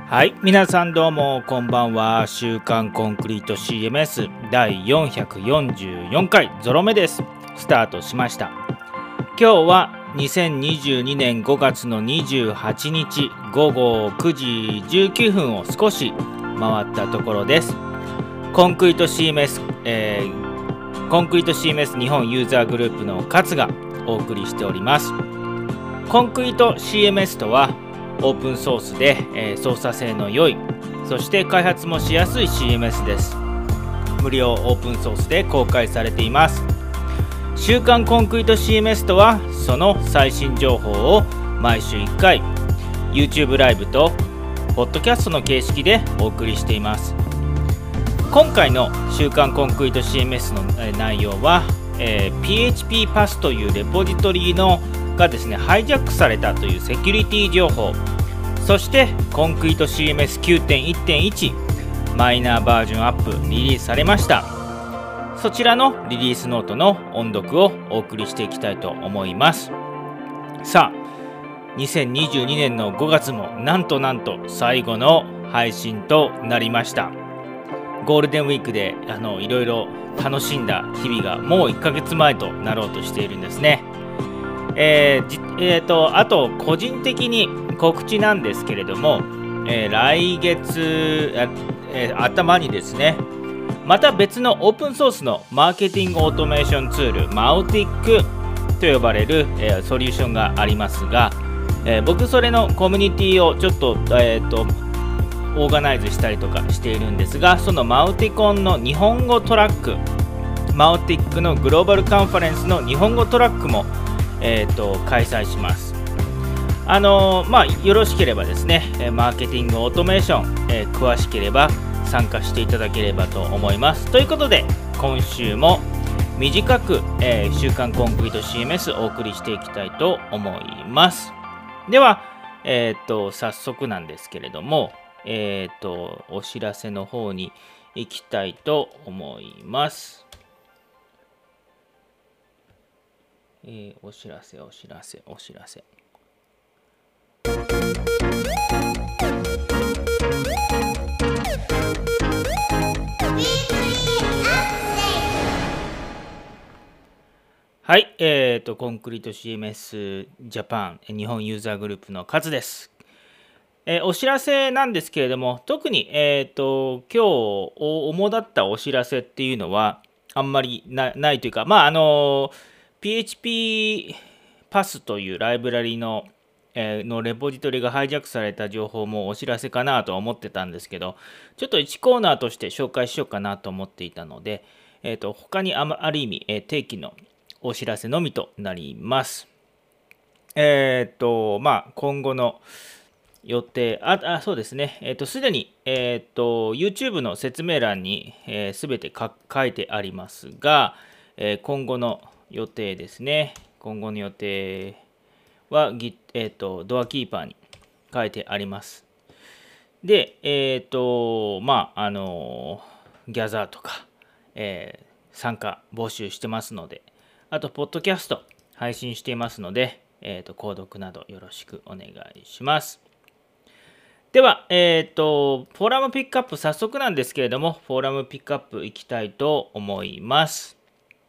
はい、皆さんどうもこんばんは。週刊コンクリート CMS 第444回ゾロ目です。スタートしました。今日は2022年5月の28日午後9時19分を少し回ったところです。コンクリート CMS、コンクリート CMS 日本ユーザーグループの勝がお送りしております。コンクリート CMS とはオープンソースで、操作性の良い、そして開発もしやすい CMS です。無料オープンソースで公開されています。週刊コンクリート CMS とはその最新情報を毎週1回 YouTube ライブとポッドキャストの形式でお送りしています。今回の週刊コンクリート CMS の内容は、PHP パスというレポジトリがですねハイジャックされたというセキュリティ情報、そしてコンクリート CMS9.1.1 マイナーバージョンアップリリースされました。そちらのリリースノートの音読をお送りしていきたいと思います。さあ2022年の5月もなんと最後の配信となりました。ゴールデンウィークでいろいろ楽しんだ日々がもう1ヶ月前となろうとしているんですね。あと個人的に告知なんですけれども、来月頭にですねまた別のオープンソースのマーケティングオートメーションツールマウティックと呼ばれる、ソリューションがありますが、僕それのコミュニティをちょっと、オーガナイズしたりとかしているんですが、そのマウティコンの日本語トラック、マウティックのグローバルカンファレンスの日本語トラックも開催します。よろしければですねマーケティングオートメーション、詳しければ参加していただければと思います。ということで今週も短く、週刊コンクリート CMS お送りしていきたいと思います。では、早速なんですけれども、お知らせの方に行きたいと思います。お知らせ。はい、コンクリート CMS ジャパン日本ユーザーグループの勝です。お知らせなんですけれども、特に、今日主だったお知らせっていうのはあんまりないというか、PHP パスというライブラリのレポジトリがハイジャックされた情報もお知らせかなと思ってたんですけど、ちょっと1コーナーとして紹介しようかなと思っていたので、他にある意味、定期のお知らせのみとなります。今後の予定、そうですね、すでに、YouTube の説明欄にすべて書いてありますが、今後の予定ですね。今後の予定は、ドアキーパーに書いてあります。で、ギャザーとか、参加募集してますので、あと、ポッドキャスト配信していますので、購読などよろしくお願いします。では、フォーラムピックアップ、早速なんですけれども、フォーラムピックアップいきたいと思います。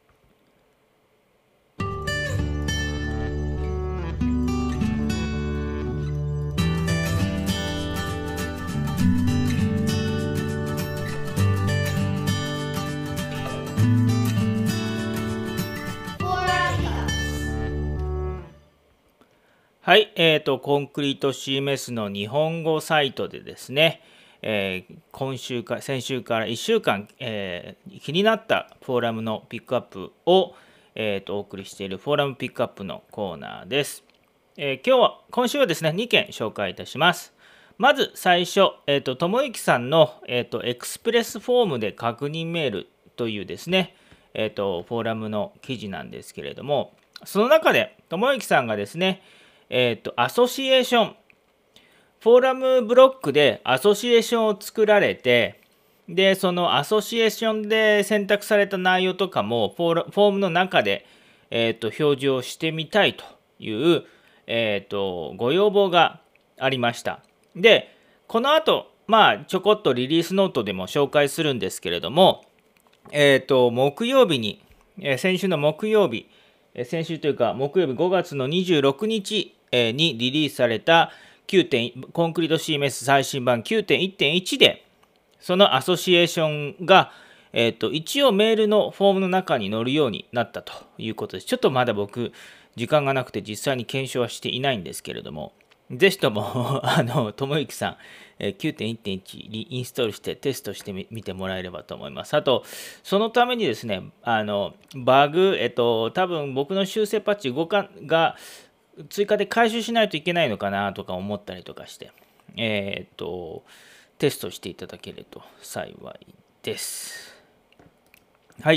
はい、コンクリート CMS の日本語サイトでですね、先週から1週間、気になったフォーラムのピックアップを、お送りしているフォーラムピックアップのコーナーです。今週はですね、2件紹介いたします。まず最初、ともゆきさんの、エクスプレスフォームで確認メールというですね、フォーラムの記事なんですけれども、その中でともゆきさんがですね、アソシエーション、フォーラムブロックでアソシエーションを作られて、で、そのアソシエーションで選択された内容とかもフォームの中で、表示をしてみたいという、ご要望がありました。で、 この後、ちょこっとリリースノートでも紹介するんですけれども、木曜日に、先週の木曜日、先週というか木曜日5月の26日にリリースされたコンクリート CMS 最新版 9.1.1 で、そのアソシエーションが、一応メールのフォームの中に載るようになったということです。ちょっとまだ僕、時間がなくて実際に検証はしていないんですけれども、ぜひとも、ともゆきさん、9.1.1 にインストールしてテストしてみてもらえればと思います。あと、そのためにですね、バグ、多分僕の修正パッチが追加で回収しないといけないのかなとか思ったりとかして、テストしていただけると幸いです。はい。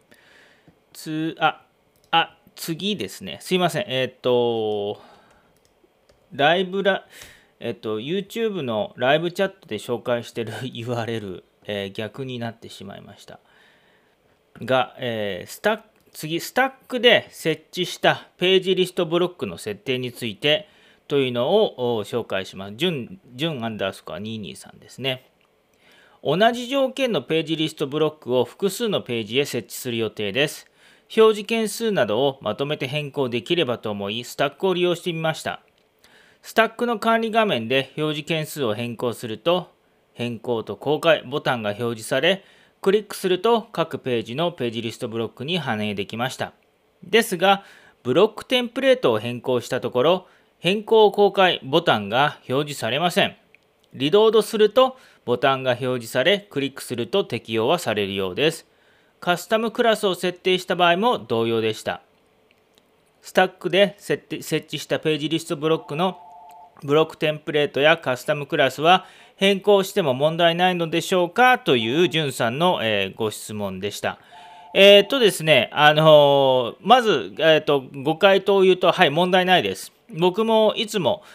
次ですね。すいません。YouTube のライブチャットで紹介しているURL、逆になってしまいました。が、スタックで設置したページリストブロックの設定についてというのを紹介します。順_223さんですね。同じ条件のページリストブロックを複数のページへ設置する予定です。表示件数などをまとめて変更できればと思い、スタックを利用してみました。スタックの管理画面で表示件数を変更すると、変更と公開ボタンが表示され、クリックすると各ページのページリストブロックに反映できました。ですが、ブロックテンプレートを変更したところ、変更公開ボタンが表示されません。リロードするとボタンが表示され、クリックすると適用はされるようです。カスタムクラスを設定した場合も同様でした。スタックで設置したページリストブロックのブロックテンプレートやカスタムクラスは変更しても問題ないのでしょうかというじゅんさんの、ご質問でした。ですね、まず、ご回答を言うと、はい、問題ないです。僕もいつも、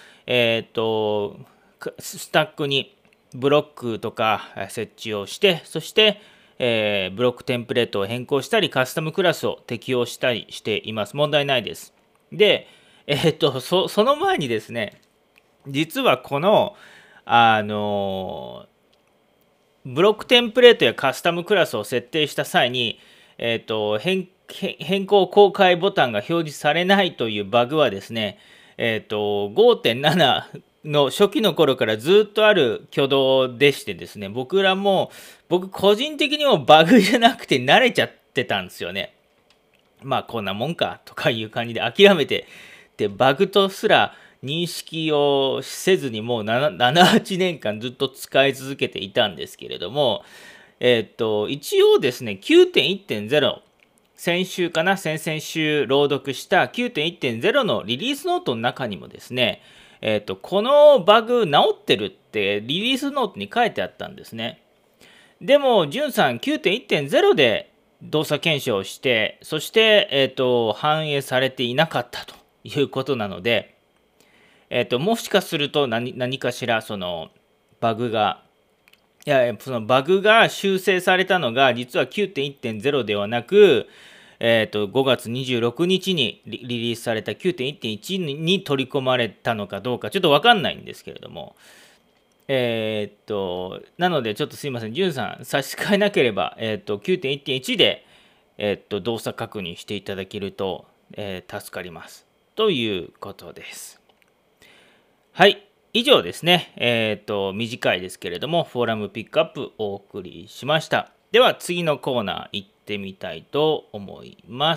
スタックにブロックとか設置をして、そして、ブロックテンプレートを変更したり、カスタムクラスを適用したりしています。問題ないです。で、その前にですね、実はこの、ブロックテンプレートやカスタムクラスを設定した際に、変更公開ボタンが表示されないというバグはですね、5.7 の初期の頃からずっとある挙動でしてですね、僕個人的にもバグじゃなくて慣れちゃってたんですよね。まあこんなもんかとかいう感じで諦めて、でバグとすら認識をせずにもう7、8年間ずっと使い続けていたんですけれども、一応ですね、9.1.0、先々週朗読した 9.1.0 のリリースノートの中にもですね、このバグ治ってるってリリースノートに書いてあったんですね。でも、じゅんさん 9.1.0 で動作検証して、そして、反映されていなかったということなので、もしかすると何かしらそのバグが修正されたのが実は 9.1.0 ではなく、5月26日にリリースされた 9.1.1 に取り込まれたのかどうかちょっと分かんないんですけれども、なのでちょっとすいません、じゅんさん差し支えなければ、9.1.1 で、動作確認していただけると、助かりますということです。はい、以上ですね。短いですけれども、フォーラムピックアップお送りしました。では次のコーナー行ってみたいと思います。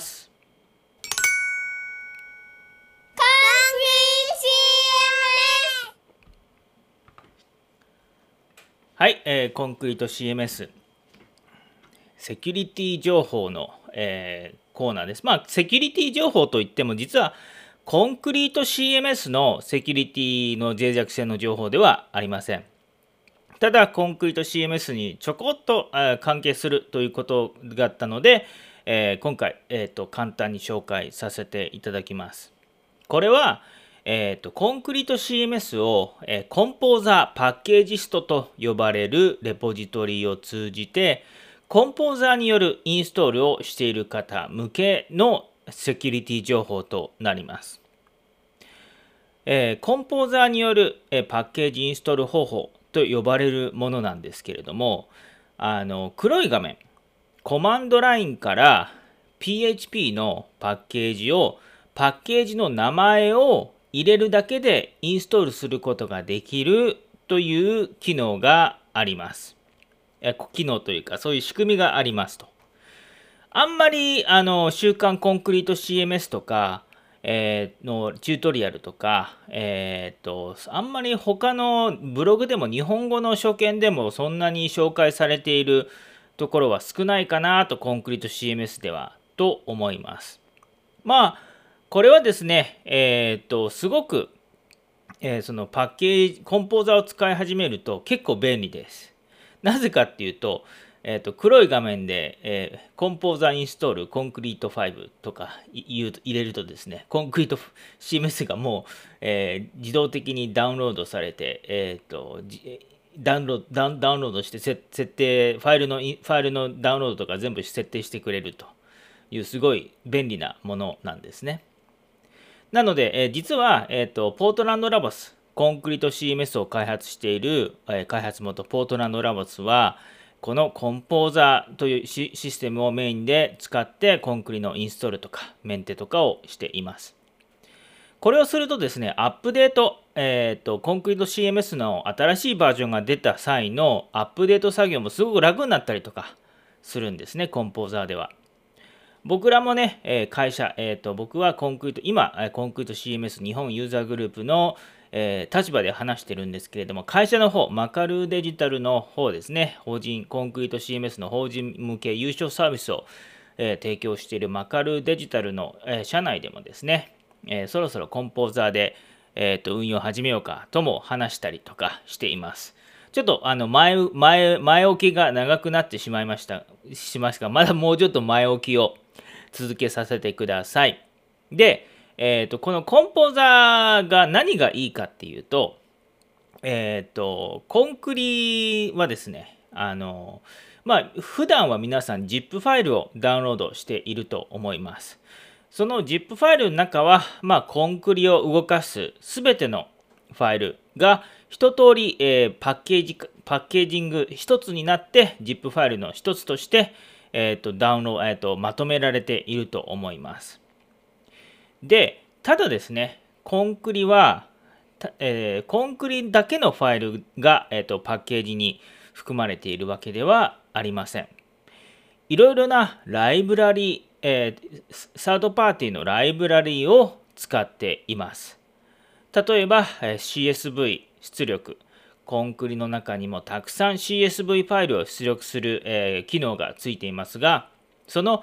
はい、コンクリート CMS セキュリティ情報の、コーナーです。まあセキュリティ情報といっても実はコンクリート CMS のセキュリティの脆弱性の情報ではありません。ただ、コンクリート CMS にちょこっと関係するということがあったので、今回、簡単に紹介させていただきます。これは、コンクリート CMS を、コンポーザーパッケージストと呼ばれるレポジトリを通じて、コンポーザーによるインストールをしている方向けのセキュリティ情報となります。コンポーザーによるパッケージインストール方法と呼ばれるものなんですけれども、黒い画面、コマンドラインから PHP のパッケージの名前を入れるだけでインストールすることができるという機能があります。機能というか、そういう仕組みがありますと。あんまり週刊コンクリート CMS とか、のチュートリアルとか、あんまり他のブログでも日本語の書簡でもそんなに紹介されているところは少ないかなと、コンクリート CMS ではと思います。まあこれはですね、すごく、そのパッケージコンポーザーを使い始めると結構便利です。なぜかっていうと、黒い画面で、コンポーザーインストールコンクリート5とか入れるとですね、コンクリート CMS がもう、自動的にダウンロードされて、ダウンロードして設定ファイルのダウンロードとか全部設定してくれるというすごい便利なものなんですね。なので、実は、ポートランドラボスコンクリート CMS を開発している、開発元ポートランドラボスはこのコンポーザーというシステムをメインで使ってコンクリのインストールとかメンテとかをしています。これをするとですね、アップデート、コンクリート CMS の新しいバージョンが出た際のアップデート作業もすごく楽になったりとかするんですね、コンポーザーでは。僕らもね、会社、僕はコンクリート、今、コンクリート CMS 日本ユーザーグループの立場で話してるんですけれども、会社の方、マカルデジタルの方ですね、法人、コンクリート CMS の法人向け優勝サービスを、提供しているマカルデジタルの、社内でもですね、そろそろコンポーザーで、運用を始めようかとも話したりとかしています。ちょっと前置きが長くなってしますが、まだもうちょっと前置きを続けさせてください。で、このコンポーザーが何がいいかっていうと、コンクリはですね、普段は皆さん ZIP ファイルをダウンロードしていると思います。その ZIP ファイルの中は、コンクリを動かすすべてのファイルが一通り、パッケージング一つになって ZIP ファイルの一つとして、まとめられていると思います。で、ただですね、コンクリは、コンクリだけのファイルが、パッケージに含まれているわけではありません。いろいろなライブラリサードパーティーのライブラリを使っています。例えば、CSV 出力、コンクリの中にもたくさん CSV ファイルを出力する、機能がついていますが、その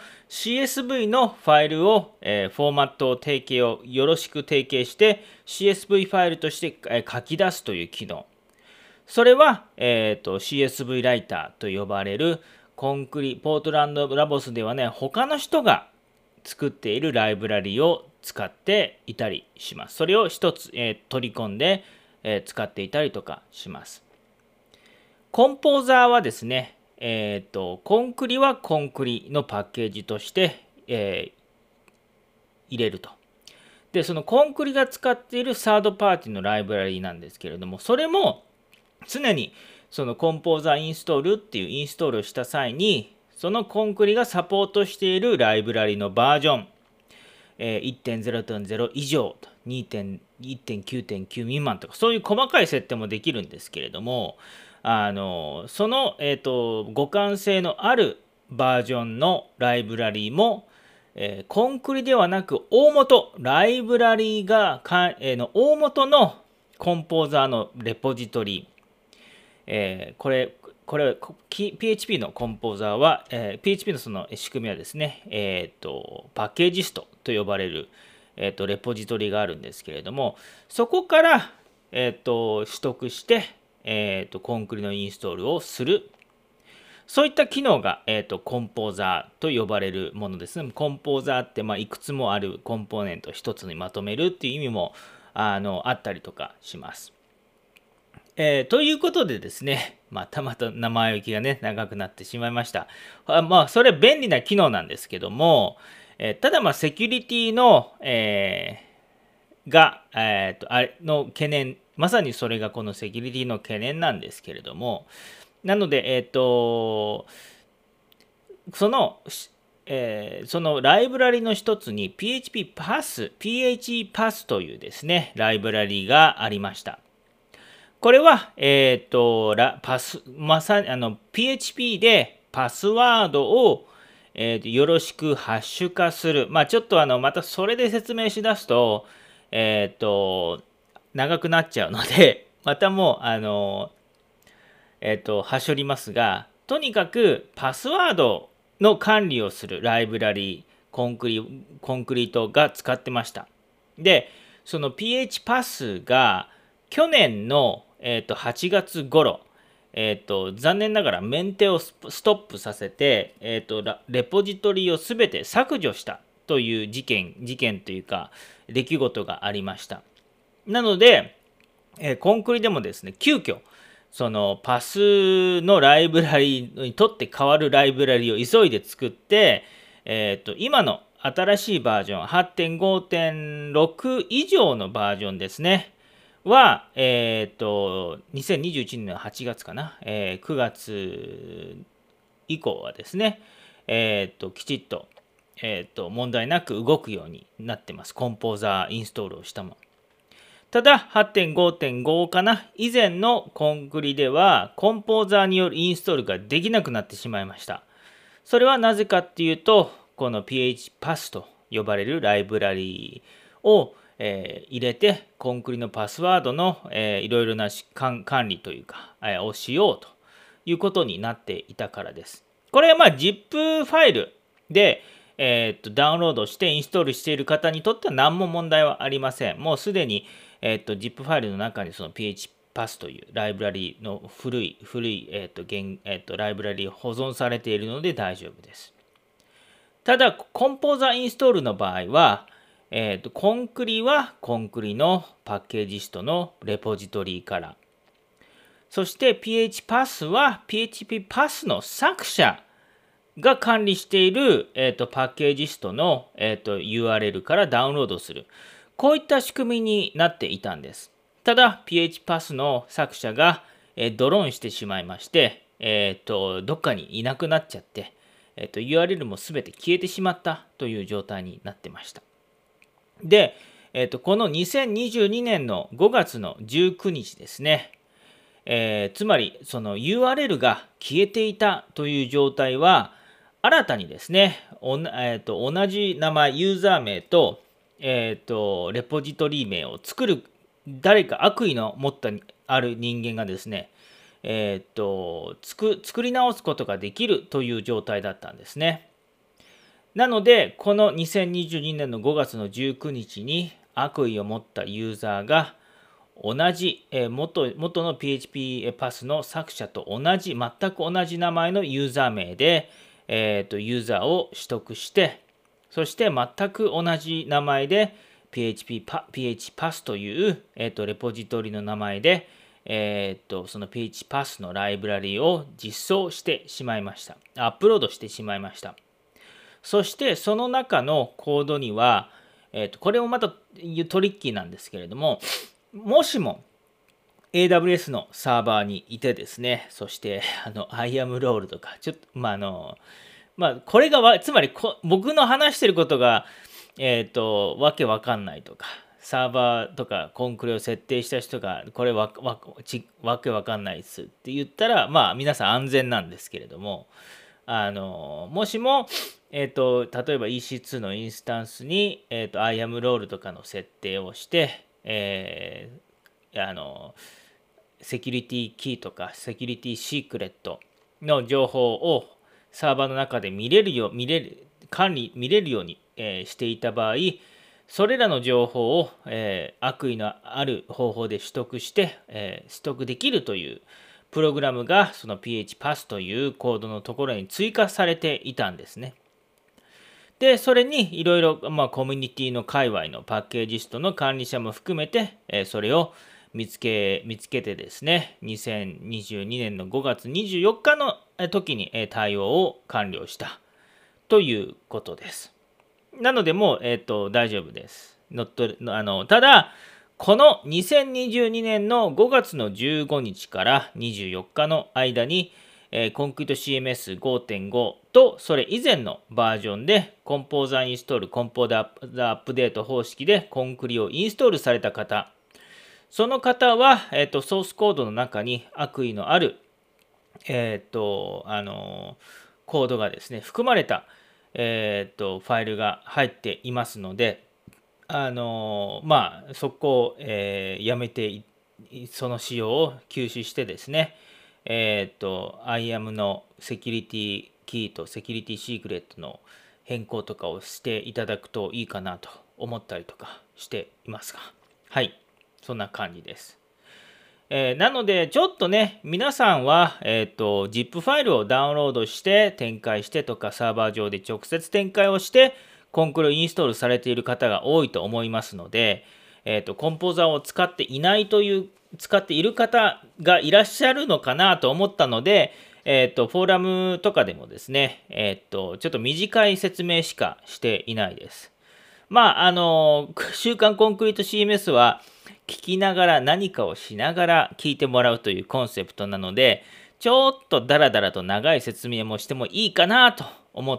CSV のファイルを、フォーマットをよろしく提携して CSV ファイルとして、書き出すという機能。それは、CSV ライターと呼ばれるポートランドラボスではね、他の人が作っているライブラリを使っていたりします。それを一つ、取り込んで、使っていたりとかします。コンポーザーはですね、コンクリはコンクリのパッケージとして、入れると。で、そのコンクリが使っているサードパーティーのライブラリなんですけれども、それも常にそのコンポーザーインストールっていうインストールをした際に、そのコンクリがサポートしているライブラリのバージョン、1.0.0 以上、1.9.9 未満とか、そういう細かい設定もできるんですけれども、その、互換性のあるバージョンのライブラリも、コンクリではなくライブラリがの大元のコンポーザーのレポジトリ、これPHP のコンポーザーは、PHP のその仕組みはですね、パッケージストと呼ばれる、レポジトリがあるんですけれども、そこから、取得して、コンクリのインストールをする。そういった機能が、コンポーザーと呼ばれるものですね。コンポーザーって、いくつもあるコンポーネントを一つにまとめるっていう意味もあったりとかします。ということでですね、また名前置きがね、長くなってしまいました。それ便利な機能なんですけども、ただセキュリティの、 が、あれの懸念、まさにそれがこのセキュリティの懸念なんですけれども、なので、そのライブラリの一つに PHP パスというですね、ライブラリがありました。これは、PHP でパスワードを、よろしくハッシュ化する。ちょっとまたそれで説明しだすと、長くなっちゃうので、またもう、はしょりますが、とにかくパスワードの管理をするライブラリコンクリートが使ってました。で、その PHPass が去年の、8月頃、残念ながらメンテをストップさせて、レポジトリをすべて削除したという事件というか出来事がありました。なので、コンクリでもですね、急遽そのパスのライブラリにとって変わるライブラリを急いで作って、今の新しいバージョン 8.5.6 以上のバージョンですねは、2021年の8月かな、9月以降はですね、きちっと、問題なく動くようになってます。コンポーザーインストールをしたも。ただ 8.5.5 かな以前のコンクリではコンポーザーによるインストールができなくなってしまいました。それはなぜかっていうと、この PHPass と呼ばれるライブラリを、入れてコンクリのパスワードの、いろいろな管理というか、をしようということになっていたからです。これはZIP ファイルで、ダウンロードしてインストールしている方にとっては何も問題はありません。もうすでに、ZIP ファイルの中にその PHPass というライブラリの古い、ライブラリ保存されているので大丈夫です。ただ、コンポーザーインストールの場合は、コンクリはコンクリのパッケージストのレポジトリから、そして PHPass は PHPass の作者が管理している、パッケージストの、URL からダウンロードする。こういった仕組みになっていたんです。ただ、PHPass の作者が、ドローンしてしまいまして、どっかにいなくなっちゃって、URL も全て消えてしまったという状態になってました。で、この2022年の5月の19日ですね、つまりその URL が消えていたという状態は、新たにですね、同じ名前、ユーザー名と、レポジトリ名を作る誰か悪意の持ったある人間がですね、作り直すことができるという状態だったんですね。なので、この2022年の5月の19日に悪意を持ったユーザーが同じ、元の PHPass の作者と全く同じ名前のユーザー名で、ユーザーを取得して、そして全く同じ名前で PHPass という、レポジトリの名前で、その PHPass のライブラリを実装してしまいました。アップロードしてしまいました。そしてその中のコードには、これもまたトリッキーなんですけれども、もしも AWS のサーバーにいてですね、そしてIAMROLE とか、ちょっとこれがつまり僕の話してることがわけわかんないとか、サーバーとかコンクリを設定した人がこれわけわかんないですって言ったら、皆さん安全なんですけれども、もしも例えば EC2 のインスタンスにIAMROLE とかの設定をして、セキュリティキーとかセキュリティシークレットの情報をサーバーの中で見れるように、していた場合、それらの情報を、悪意のある方法で取得して、取得できるというプログラムがその PHPass というコードのところに追加されていたんですね。で、それにいろいろコミュニティの界隈のパッケージストの管理者も含めて、それを見つけてですね、2022年の5月24日の時に対応を完了したということです。なのでもう、大丈夫です。 ただこの2022年の5月の15日から24日の間に、コンクリート CMS5.5 とそれ以前のバージョンでコンポーザーインストール、コンポーザーアップデート方式でコンクリをインストールされた方、その方は、ソースコードの中に悪意のある、コードがですね、含まれた、ファイルが入っていますので、そこを、やめて、その仕様を休止してですね、IAM のセキュリティキーとセキュリティシークレットの変更とかをしていただくといいかなと思ったりとかしていますが、はい、そんな感じです。なのでちょっとね、皆さんは、ZIP ファイルをダウンロードして展開してとか、サーバー上で直接展開をしてコンクリをインストールされている方が多いと思いますので、コンポーザーを使っている方がいらっしゃるのかなと思ったので、フォーラムとかでもですね、ちょっと短い説明しかしていないです。週刊コンクリート CMS は聞きながら何かをしながら聞いてもらうというコンセプトなので、ちょっとダラダラと長い説明もしてもいいかなと思って、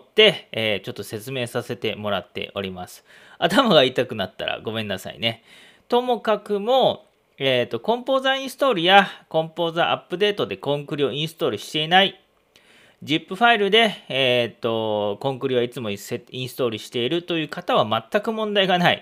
ちょっと説明させてもらっております。頭が痛くなったらごめんなさいね。ともかくも、コンポーザーインストールやコンポーザーアップデートでコンクリをインストールしていない、ZIP ファイルで、コンクリはいつもインストールしているという方は全く問題がない、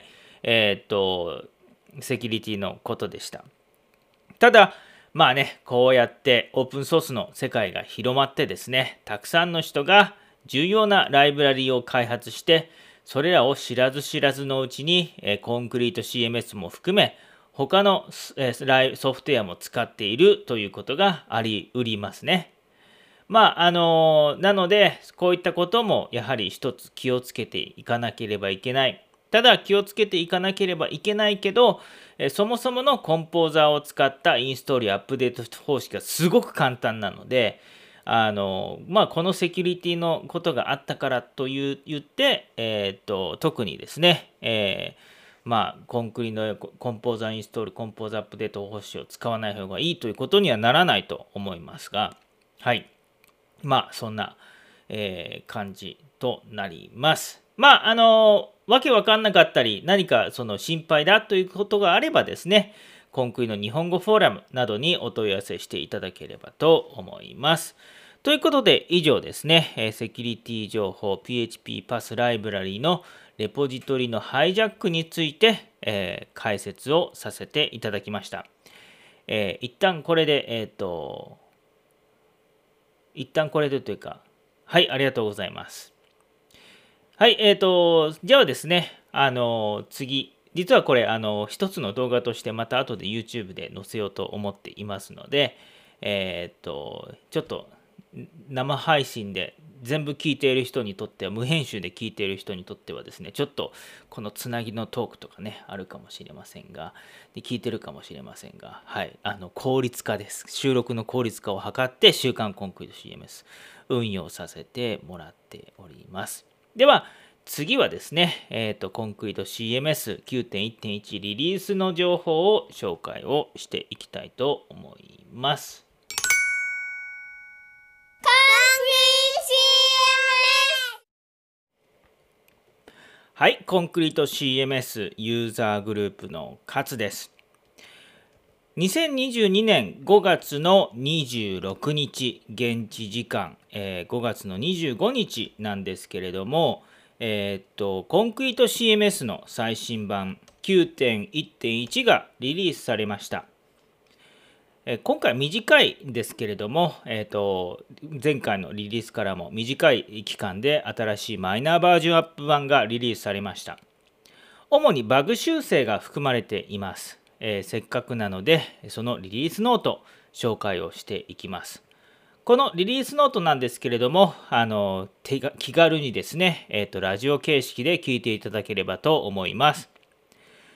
セキュリティのことでした。ただ、こうやってオープンソースの世界が広まってですね、たくさんの人が重要なライブラリを開発して、それらを知らず知らずのうちに、コンクリート CMS も含め、他のソフトウェアも使っているということがありうりますね。なので、こういったこともやはり一つ気をつけていかなければいけない。ただ気をつけていかなければいけないけど、そもそものコンポーザーを使ったインストールやアップデート方式がすごく簡単なので、このセキュリティのことがあったからと言って、特にですね、コンクリのコンポーザーインストール、コンポーザーアップデート方式を使わない方がいいということにはならないと思いますが、はい。そんな、感じとなります。わけわかんなかったり、何かその心配だということがあればですね、コンクリの日本語フォーラムなどにお問い合わせしていただければと思います。ということで以上ですね、セキュリティ情報 PHP パスライブラリのレポジトリのハイジャックについて、解説をさせていただきました。一旦これで、というか、はい、ありがとうございます。はい、じゃあですね、次、実はこれ、一つの動画としてまた後で YouTube で載せようと思っていますので、ちょっと生配信で全部聞いている人にとっては、無編集で聞いている人にとってはですね、ちょっとこのつなぎのトークとかね、あるかもしれませんが、聞いてるかもしれませんが、はい、効率化です。収録の効率化を図って、週刊コンクリート CMS 運用させてもらっております。では、次はですね、コンクリート CMS9.1.1 リリースの情報を紹介をしていきたいと思います。はい、コンクリート CMS ユーザーグループの勝です。2022年5月の26日、現地時間、5月の25日なんですけれども、コンクリート CMS の最新版 9.1.1 がリリースされました。今回短いんですけれども、前回のリリースからも短い期間で新しいマイナーバージョンアップ版がリリースされました。主にバグ修正が含まれています。せっかくなのでそのリリースノート紹介をしていきます。このリリースノートなんですけれども、気軽にですね、ラジオ形式で聞いていただければと思います。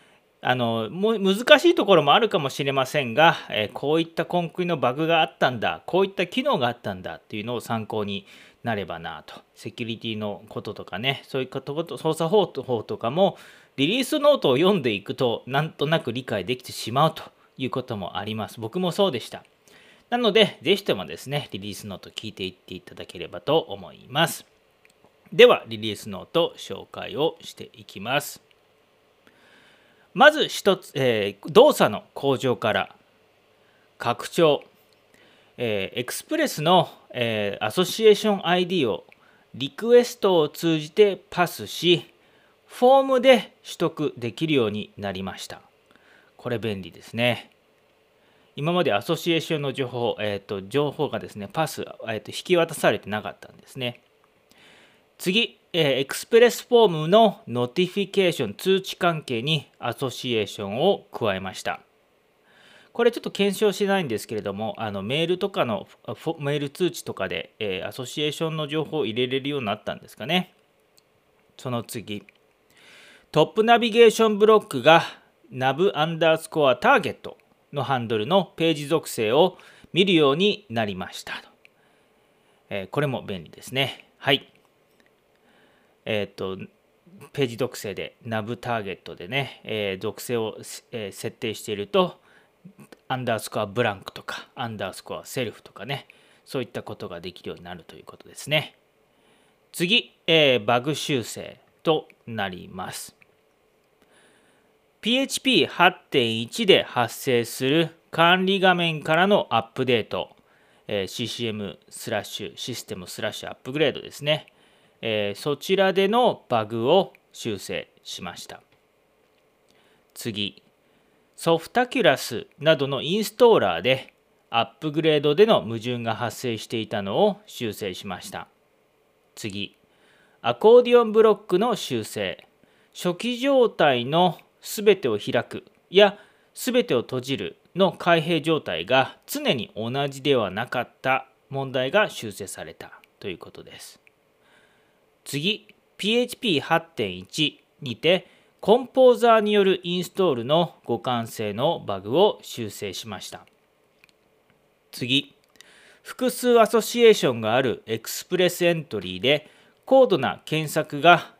難しいところもあるかもしれませんが、こういったコンクリのバグがあったんだ、こういった機能があったんだっていうのを参考になればなと。セキュリティのこととかね、そういったこと操作方法とかもリリースノートを読んでいくとなんとなく理解できてしまうということもあります。僕もそうでした。なのでぜひともですねリリースノート聞いていっていただければと思います。ではリリースノート紹介をしていきます。まず一つ、動作の向上から拡張、エクスプレスの、アソシエーション ID をリクエストを通じてパスし、フォームで取得できるようになりました。これ便利ですね。今までアソシエーションの情報がですね、引き渡されてなかったんですね。次、エクスプレスフォームのノティフィケーション通知関係にアソシエーションを加えました。これちょっと検証しないんですけれども、メールとかのメール通知とかで、アソシエーションの情報を入れれるようになったんですかね。その次、トップナビゲーションブロックが nav_target のハンドルのページ属性を見るようになりました。これも便利ですね。はい。ページ属性で nav ターゲットでね、属性を、設定しているとアンダースコアブランクとかアンダースコアセルフとかね、そういったことができるようになるということですね。次、バグ修正となります。PHP8.1 で発生する管理画面からのアップデート、CCM/ システム/アップグレードですね。そちらでのバグを修正しました。次、ソフタキュラスなどのインストーラーでアップグレードでの矛盾が発生していたのを修正しました。次、アコーディオンブロックの修正。初期状態のすべてを開くやすべてを閉じるの開閉状態が常に同じではなかった問題が修正されたということです。次、PHP8.1 にてコンポーザーによるインストールの互換性のバグを修正しました。次、複数アソシエーションがあるエクスプレスエントリーで高度な検索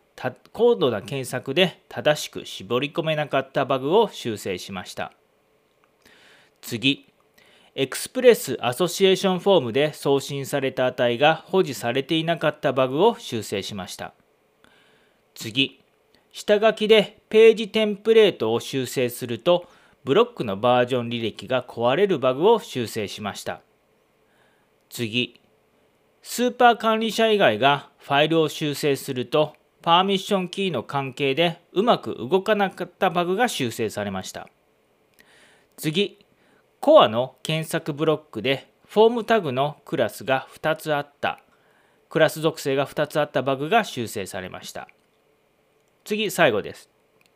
で正しく絞り込めなかったバグを修正しました。次、エクスプレスアソシエーションフォームで送信された値が保持されていなかったバグを修正しました。次、下書きでページテンプレートを修正するとブロックのバージョン履歴が壊れるバグを修正しました。次、スーパー管理者以外がファイルを修正するとパーミッションキーの関係でうまく動かなかったバグが修正されました。次、コアの検索ブロックでフォームタグのクラス属性が2つあったバグが修正されました。次、最後です。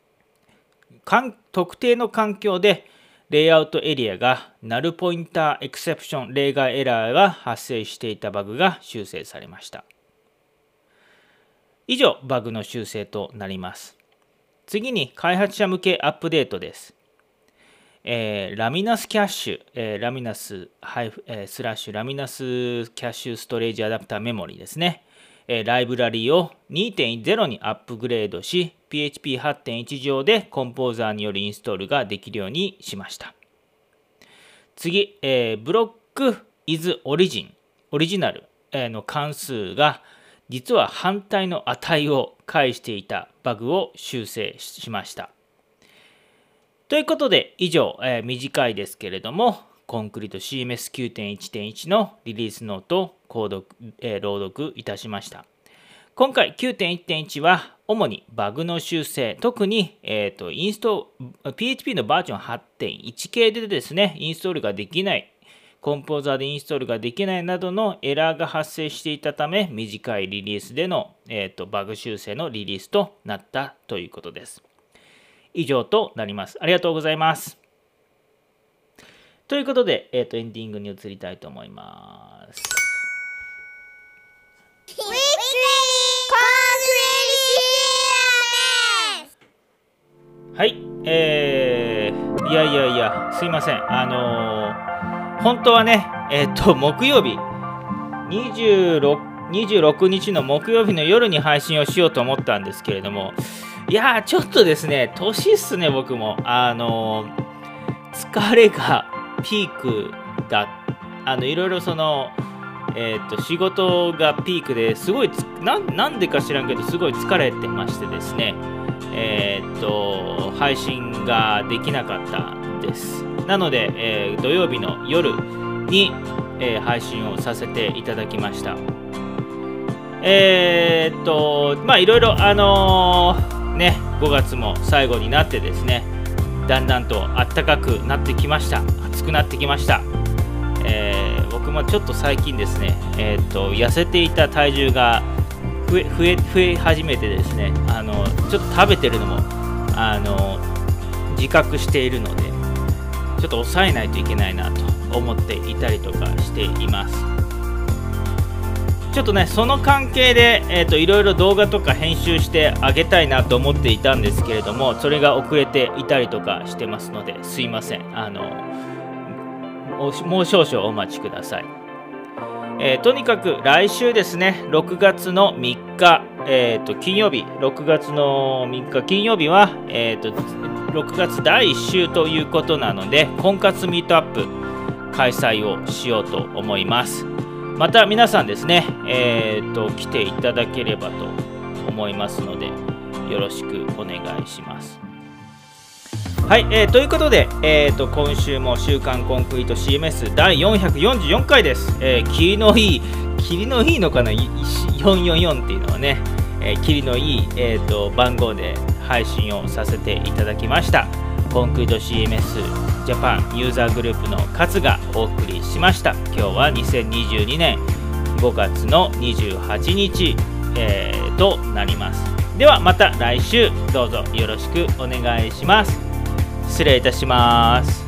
特定の環境でレイアウトエリアがナルポインターエクセプション例外エラーが発生していたバグが修正されました。以上、バグの修正となります。次に開発者向けアップデートです。ラミナスキャッシュ、ラミナスキャッシュストレージアダプターメモリーですね。ライブラリーを 2.0 にアップグレードし、PHP8.1 上でコンポーザーによるインストールができるようにしました。次、ブロック is オリジナルの関数が実は反対の値を返していたバグを修正しました。ということで以上、短いですけれどもコンクリート CMS9.1.1 のリリースノートを朗読いたしました。今回 9.1.1 は主にバグの修正、特に、PHP のバージョン 8.1 系でですね、インストールができない、コンポーザーでインストールができないなどのエラーが発生していたため、短いリリースでの、バグ修正のリリースとなったということです。以上となります。ありがとうございます。ということで、エンディングに移りたいと思います。 はい、いや、すいません。本当はね、木曜日、26日の木曜日の夜に配信をしようと思ったんですけれども、いやー、ちょっとですね、年っすね、僕も。疲れがピークだ。いろいろその、仕事がピークですごいなんでか知らんけどすごい疲れてましてですね、配信ができなかったです。なので、土曜日の夜に、配信をさせていただきました。まあいろいろね、5月も最後になってですね、だんだんと暖かくなってきました。暑くなってきました。僕もちょっと最近ですね、痩せていた体重が増え始めてですね、ちょっと食べてるのも自覚しているので、ちょっと抑えないといけないなと思っていたりとかしています。ちょっとね、その関係で、いろいろ動画とか編集してあげたいなと思っていたんですけれども、それが遅れていたりとかしてますので、すいません。もう少々お待ちください。とにかく来週ですね、6月の3日、金曜日、6月の3日金曜日は、6月第1週ということなので、婚活ミートアップ開催をしようと思います。また皆さんですね、来ていただければと思いますので、よろしくお願いします。はい、ということで、今週も週刊コンクリート CMS 第444回です。霧のいいのかな、444っていうのはね、霧のいい、番号で配信をさせていただきました。コンクリート CMS ジャパンユーザーグループの勝がお送りしました。今日は2022年5月の28日、となります。ではまた来週どうぞよろしくお願いします。失礼いたします。